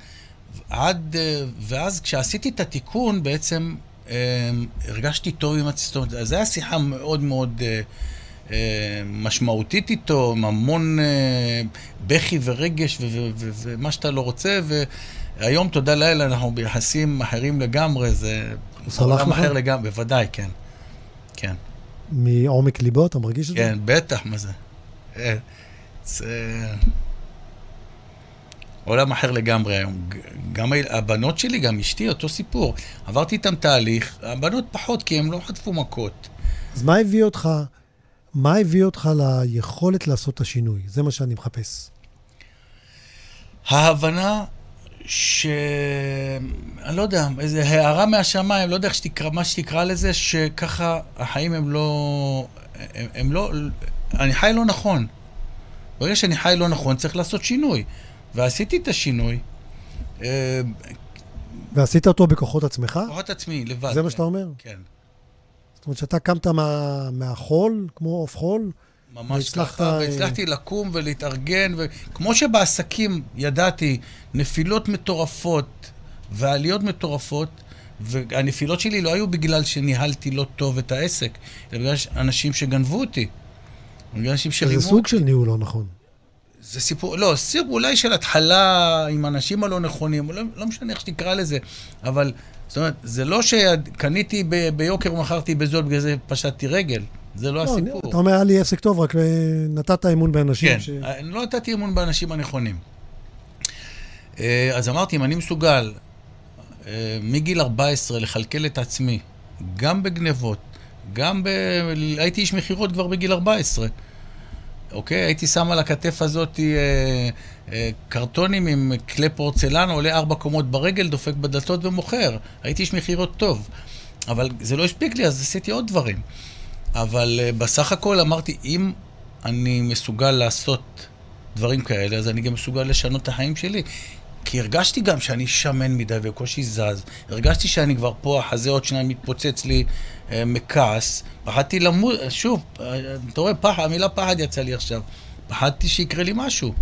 ואז כשעשיתי את התיקון, בעצם הרגשתי טוב עם עצמי. אז זו הייתה שיחה מאוד מאוד משמעותית איתו, עם המון בכי ורגש ומה שאתה לא רוצה, והיום תודה לאל אנחנו ביחסים אחרים לגמרי, זה עולם אחר לגמרי, בוודאי, כן. כן. מעומק ליבו, אתה מרגיש את זה? כן, בטח, מה זה? זה עולם אחר לגמרי היום. גם הבנות שלי, גם אשתי, אותו סיפור. עברתי איתם תהליך, הבנות פחות, כי הם לא חטפו מכות. אז מה הביא אותך ליכולת לעשות את השינוי? זה מה שאני מחפש. ההבנה אני לא יודע, איזו הערה מהשמיים, לא יודע מה שתקרא לזה, שככה החיים הם לא, אני חי לא נכון. ברגע שאני חי לא נכון, צריך לעשות שינוי. ועשיתי את השינוי. ועשית אותו בכוחות עצמך? בכוחות עצמי, לבד. זה מה שאתה אומר? כן. זאת אומרת שאתה קמת מהחול, כמו אוף חול? ממש ככה, והצלחתי לקום ולהתארגן, וכמו שבעסקים ידעתי נפילות מטורפות ועליות מטורפות, והנפילות שלי לא היו בגלל שניהלתי לא טוב את העסק, אלא בגלל אנשים שגנבו אותי. בגלל אנשים שרימו אותי. זה סוג של ניהול לא נכון. זה סיפור, לא, סיפור אולי של התחלה עם אנשים הלא נכונים, לא משנה איך שתקרא לזה, אבל זאת אומרת, זה לא שקניתי ביוקר ומכרתי בזול, בגלל זה פשטתי רגל. זה לא הסיפור. אתה אומר, היה לי עסק טוב, רק נתת אמון באנשים. כן, לא נתתי אמון באנשים הנכונים. אז אמרתי, אם אני מסוגל מגיל 14 לחלקל את עצמי, גם בגנבות, הייתי איש מחירות כבר בגיל 14. אוקיי? הייתי שם על הכתף הזאת קרטונים עם כלי פורצלן, עולה 4 קומות ברגל, דופק בדלתות ומוכר. הייתי איש מחירות טוב. אבל זה לא הספיק לי, אז עשיתי עוד דברים. אבל בסך הכל אמרתי, אם אני מסוגל לעשות דברים כאלה, אז אני גם מסוגל לשנות את החיים שלי. כי הרגשתי גם שאני שמן מדי וקושי זז. הרגשתי שאני כבר פה, החזה עוד שניים מתפוצץ לי מכעס. פחדתי למות, שוב, אתה רואה, המילה פחד יצא לי עכשיו. פחדתי שיקרה לי משהו.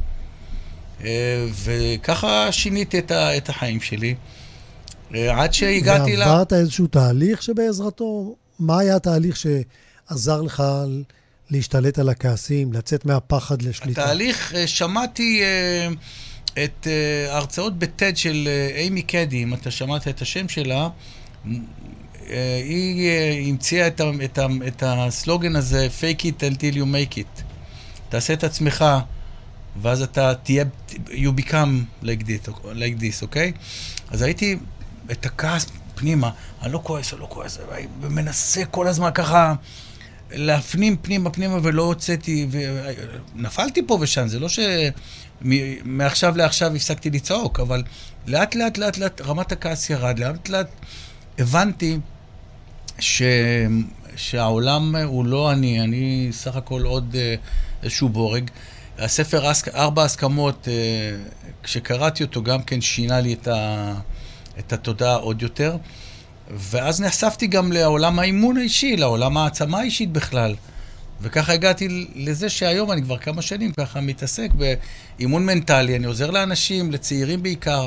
וככה שיניתי את החיים שלי. עד שהגעתי ועברת איזשהו תהליך שבעזרתו? מה היה התהליך שעזר לך להשתלט על הכעסים, לצאת מהפחד לשליטה? התהליך, שמעתי את ההרצאות בטד של אימי קדי, אם אתה שמעת את השם שלה, היא המציאה את הסלוגן הזה, fake it until you make it. תעשה את עצמך, ואז אתה תהיה, you become like this, אוקיי? אז הייתי את הכעס פנימה, אני לא כועס, ומנסה כל הזמן ככה להפנים פנימה ולא הוצאתי, ונפלתי פה ושם, זה לא שמעכשיו לעכשיו הפסקתי לצעוק, אבל לאט רמת הכעס ירד, לאט הבנתי שהעולם הוא לא אני סך הכל עוד איזשהו בורג. הספר 4 הסכמות, כשקראתי אותו גם כן שינה לי את התודעה עוד יותר. ואז נחשפתי גם לעולם האימון האישי, לעולם העצמה האישית בכלל. וככה הגעתי לזה שהיום אני כבר כמה שנים ככה מתעסק באימון מנטלי. אני עוזר לאנשים, לצעירים בעיקר,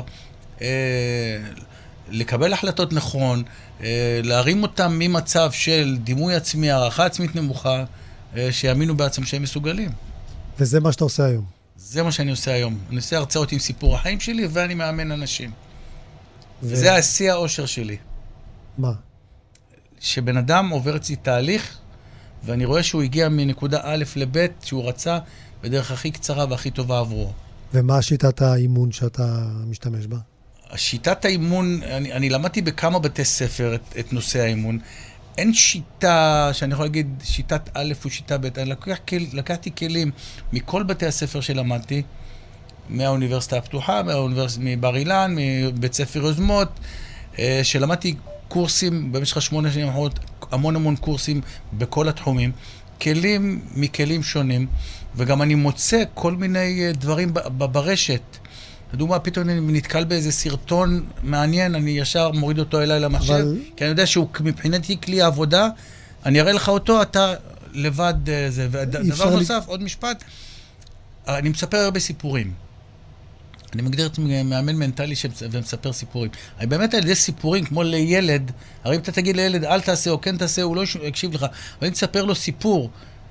לקבל החלטות נכון, להרים אותם ממצב של דימוי עצמי, הערכה עצמית נמוכה, שיאמינו בעצם שהם מסוגלים. וזה מה שאתה עושה היום? זה מה שאני עושה היום. אני עושה הרצאות עם סיפור החיים שלי, ואני מאמן אנשים. וזה השיא האושר שלי. מה? שבן אדם עובר אצלי תהליך, ואני רואה שהוא הגיע מנקודה א' לב' שהוא רצה בדרך הכי קצרה והכי טובה עבורו. ומה שיטת האימון שאתה משתמש בה? שיטת האימון, אני למדתי בכמה בתי ספר את נושא האימון. אין שיטה, שאני יכול להגיד, שיטת א' או שיטה ב', אני לקחתי כלים מכל בתי הספר שלמדתי, מהאוניברסיטה הפתוחה, מבר אילן, מבית ספר יוזמות, שלמדתי קורסים במשך 8 שנים האחרונות, המון קורסים בכל התחומים, כלים מכלים שונים, וגם אני מוצא כל מיני דברים ברשת. לדוגמה, פתאום אני נתקל באיזה סרטון מעניין, אני ישר מוריד אותו אליי למחשב, כי אני יודע שהוא מבחינתי כלי העבודה, אני אראה לך אותו, אתה לבד זה. ודבר נוסף, עוד משפט, אני מספר הרבה סיפורים. אני מגדיר את מאמן מנטלי ומספר סיפורים. אני באמת על ידי סיפורים, כמו לילד, הרי אם אתה תגיד לילד, אל תעשה או כן תעשה, הוא לא יקשיב לך. אבל אם תספר לו סיפור,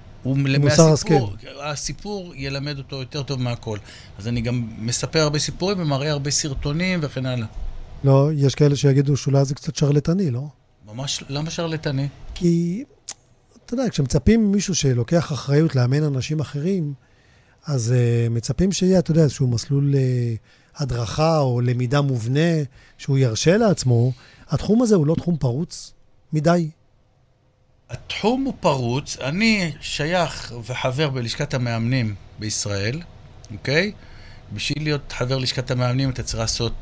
הסיפור ילמד אותו יותר טוב מהכל. אז אני גם מספר הרבה סיפורים ומראה הרבה סרטונים וכן הלאה. לא, יש כאלה שיגידו שאולי זה קצת שרלטני, לא? ממש, למה שרלטני? כי, אתה יודע, כשמצפים מישהו שלוקח אחריות לאמן אנשים אחרים, אז מצפים שיהיה, אתה יודע, איזשהו מסלול הדרכה או למידה מובנה, שהוא ירשה לעצמו. התחום הזה הוא לא תחום פרוץ מדי. התחום הוא פרוץ. אני שייך וחבר בלשכת המאמנים בישראל, אוקיי? בשביל להיות חבר לשכת המאמנים אתה צריך לעשות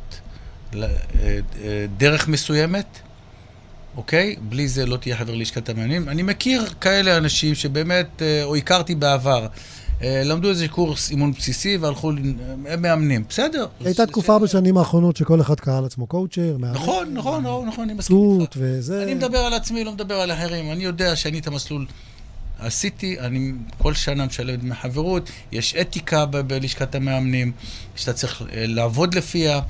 דרך מסוימת, אוקיי? בלי זה לא תהיה חבר לשכת המאמנים. אני מכיר כאלה אנשים שבאמת, או הכרתי בעבר, למדו איזה קורס אימון בסיסי והלכו, הם מאמנים. בסדר. הייתה תקופה בשנים האחרונות שכל אחד קרא על עצמו קואוצ'ר. נכון, אני מסכים איתך. וזה... אני מדבר על עצמי, לא מדבר על אחרים. אני יודע שאני את המסלול עשיתי, אני כל שנה משלם דמי חברות, יש אתיקה בלשכת המאמנים, שאתה צריך לעבוד לפיה,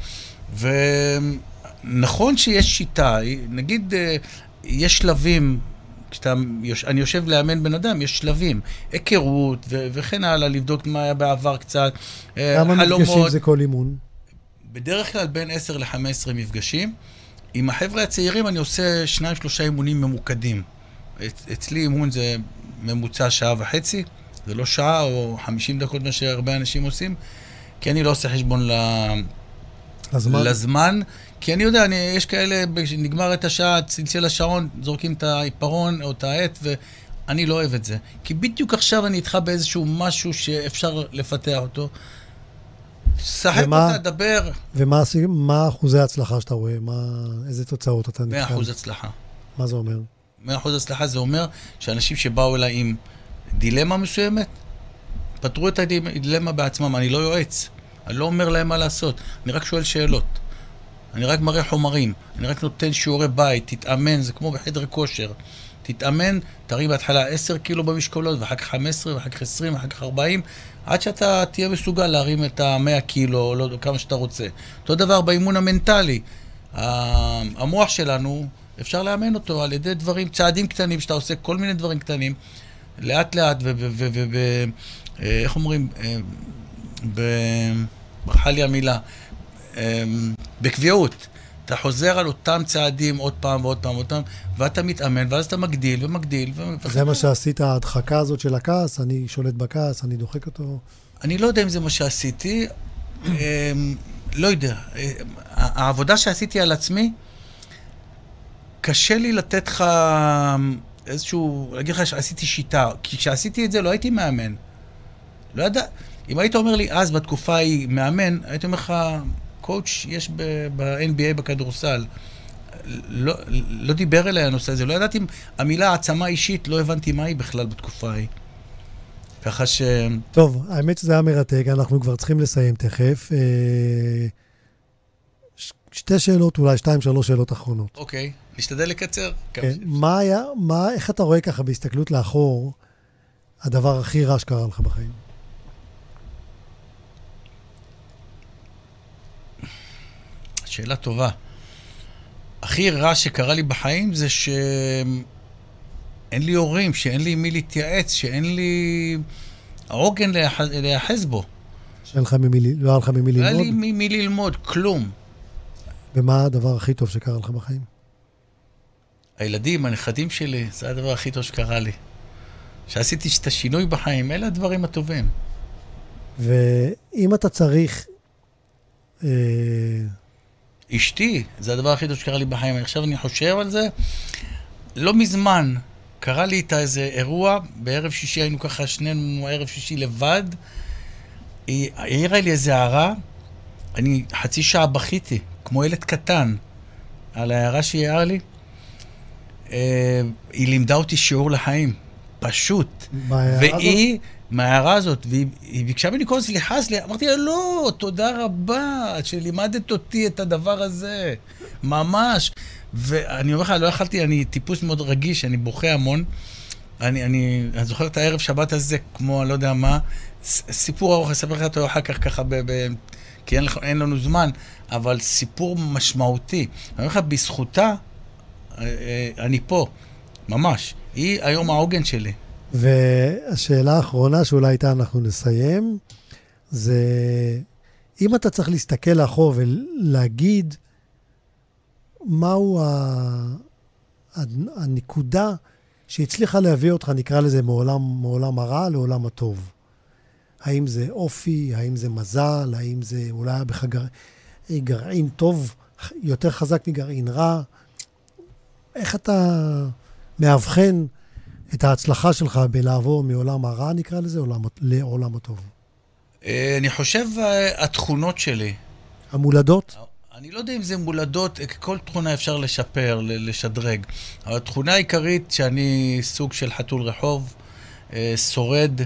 ונכון שיש שיטה, נגיד, יש שלבים, אני יושב לאמן בן אדם, יש שלבים, היכרות וכן הלאה, לבדוק מה היה בעבר קצת, חלומות. כמה מפגשים זה כל אימון? בדרך כלל בין 10 ל-15 מפגשים. עם החבר'ה הצעירים אני עושה 2-3 אימונים ממוקדים. אצלי אימון זה ממוצע שעה וחצי, זה לא שעה או 50 דקות מה שהרבה אנשים עושים, כי אני לא עושה חשבון לזמן, כי אני יודע, יש כאלה, נגמר את השעה, צלצל השעון, זורקים את העיפרון או את העט, ואני לא אוהב את זה. כי בדיוק עכשיו אני איתך באיזשהו משהו שאפשר לפתח אותו. שחק אותה, דבר. ומה אחוזי ההצלחה שאתה רואה? איזה תוצאות אתה נתקל? 100% הצלחה. מה זה אומר? 100% הצלחה זה אומר שאנשים שבאו אליי עם דילמה מסוימת, פתרו את הדילמה בעצמם. אני לא יועץ. אני לא אומר להם מה לעשות. אני רק שואל שאלות. אני רק מראה חומרים. אני רק נותן שיעורי בית. תתאמן, זה כמו בחדר כושר. תתאמן, תרים בהתחלה 10 קילו במשקולות, ואחר כך 15, ואחר כך 20, ואחר כך 40, עד שאתה תהיה מסוגל להרים את ה-100 קילו, או לא, כמה שאתה רוצה. אותו דבר באימון המנטלי. המוח שלנו, אפשר לאמן אותו על ידי דברים, צעדים קטנים, שאתה עושה כל מיני דברים קטנים, לאט לאט, איך אומרים, ברכה לי המילה, בקביעות. אתה חוזר על אותם צעדים עוד פעם ועוד פעם ועוד פעם, ואתה מתאמן, ואז אתה מגדיל ומגדיל. זה מה שעשית, ההדחקה הזאת של הכעס, אני שולט בכעס, אני דוחק אותו. אני לא יודע אם זה מה שעשיתי, לא יודע. העבודה שעשיתי על עצמי, קשה לי לתת לך איזשהו, להגיד לך שעשיתי שיטה, כי כשעשיתי את זה לא הייתי מאמן. לא יודע, אם היית אומר לי אז בתקופה היא מאמן, הייתי אומר לך, קואוץ' יש ב-NBA בכדורסל, לא דיבר אליי הנושא הזה, לא ידעתי, המילה העצמה אישית, לא הבנתי מה היא בכלל בתקופה ההיא. ככה ש... טוב, האמת שזה היה מרתק, אנחנו כבר צריכים לסיים תכף. שתי שאלות, אולי 2-3 שאלות אחרונות. אוקיי, נשתדל לקצר. כן, איך אתה רואה ככה בהסתכלות לאחור, הדבר הכי רע שקרה לך בחיים? שאלה טובה. הכי רע שקרה לי בחיים זה שאין לי הורים, שאין לי מי להתייעץ, שאין לי עוגן להיאחז בו. לא היה לך ממי ללמוד? לא היה לי ממי ללמוד, כלום. ומה הדבר הכי טוב שקרה לך בחיים? הילדים, הנכדים שלי, זה הדבר הכי טוב שקרה לי. שעשיתי את השינוי בחיים, אלה הדברים הטובים. ואם אתה צריך... אשתי, זה הדבר הכי טוב שקרה לי בחיים. עכשיו אני חושב על זה, לא מזמן קרה לי את איזה אירוע, בערב שישי היינו ככה שנינו ערב שישי לבד, היא העירה לי איזה הערה, אני חצי שעה בכיתי, כמו ילד קטן, על ההערה שהיא הערה לי. היא לימדה אותי שיעור לחיים, פשוט. והיא, מההערה הזאת, והיא ביקשה ממני כל סליחה, אמרתי לה, לא, תודה רבה, שלימדת אותי את הדבר הזה, ממש. ואני אומר לך, לא יכלתי, אני טיפוס מאוד רגיש, אני בוכה המון. אני זוכר את הערב שבת הזה, כמו, לא יודע מה, סיפור ארוך, אספר לך אותו אחר כך ככה, כי אין לנו זמן, אבל סיפור משמעותי. אני אומר לך, בזכותה, אני פה, ממש. היא היום העוגן שלי. והשאלה האחרונה שאולי איתה אנחנו נסיים, זה אם אתה צריך להסתכל לאחור ולהגיד מהו הנקודה שהצליחה להביא אותך, נקרא לזה, מעולם הרע לעולם הטוב. האם זה אופי, האם זה מזל, האם זה אולי היה בך גרעין טוב, יותר חזק מגרעין רע. איך אתה מאבחן את ההצלחה שלך בלעבור מעולם הרע, נקרא לזה, לעולם הטוב? אני חושב, התכונות שלי. המולדות? אני לא יודע אם זה מולדות, כל תכונה אפשר לשפר, לשדרג. אבל התכונה העיקרית שאני סוג של חתול רחוב, שורד,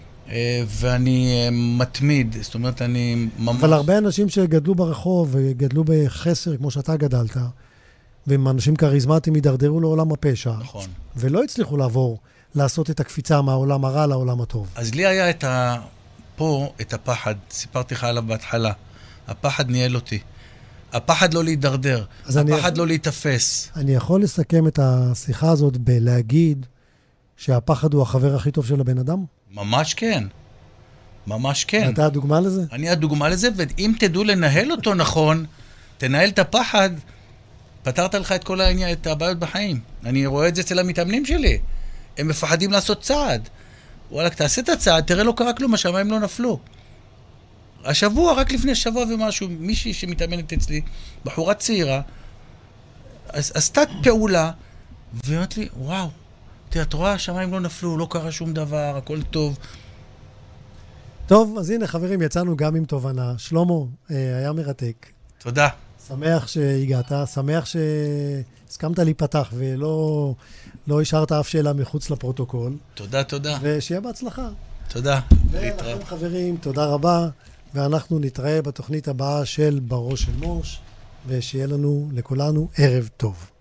ואני מתמיד. זאת אומרת, אני ממש... אבל הרבה אנשים שגדלו ברחוב וגדלו בחסר, כמו שאתה גדלת, והם אנשים כריזמטיים הידרדרו לעולם הפשע. נכון. ולא הצליחו לעבור, לעשות את הקפיצה מהעולם הרע לעולם הטוב. אז לי היה פה את הפחד, סיפרתי לך עליו בהתחלה. הפחד ניהל אותי. הפחד לא להידרדר, הפחד לא להתאפס. אני יכול לסכם את השיחה הזאת בלהגיד שהפחד הוא החבר הכי טוב של הבן אדם? ממש כן. ממש כן. אתה הדוגמה לזה? אני הדוגמה לזה, ואם תדעו לנהל אותו נכון, תנהל את הפחד, פתרת לך את כל העניין, את הבעיות בחיים. אני רואה את זה אצל המתאמנים שלי. הם מפחדים לעשות צעד. וואלה, תעשה את הצעד, תראה לא קרה כלום, השמיים לא נפלו. השבוע, רק לפני שבוע ומשהו, מישהי שמתאמנת אצלי, בחורה צעירה, עשתה פעולה, ואומרת לי, וואו, את רואה, השמיים לא נפלו, לא קרה שום דבר, הכל טוב. טוב, אז הנה חברים, יצאנו גם עם תובנה. שלמה, היה מרתק. תודה. שמח שהגעת, שמח שהסכמת להיפתח ולא השארת אף שאלה מחוץ לפרוטוקול. תודה, תודה. ושיהיה בהצלחה. תודה. ולכם חברים, תודה רבה, ואנחנו נתראה בתוכנית הבאה של בראש של מוש, ושיהיה לנו לכולנו ערב טוב.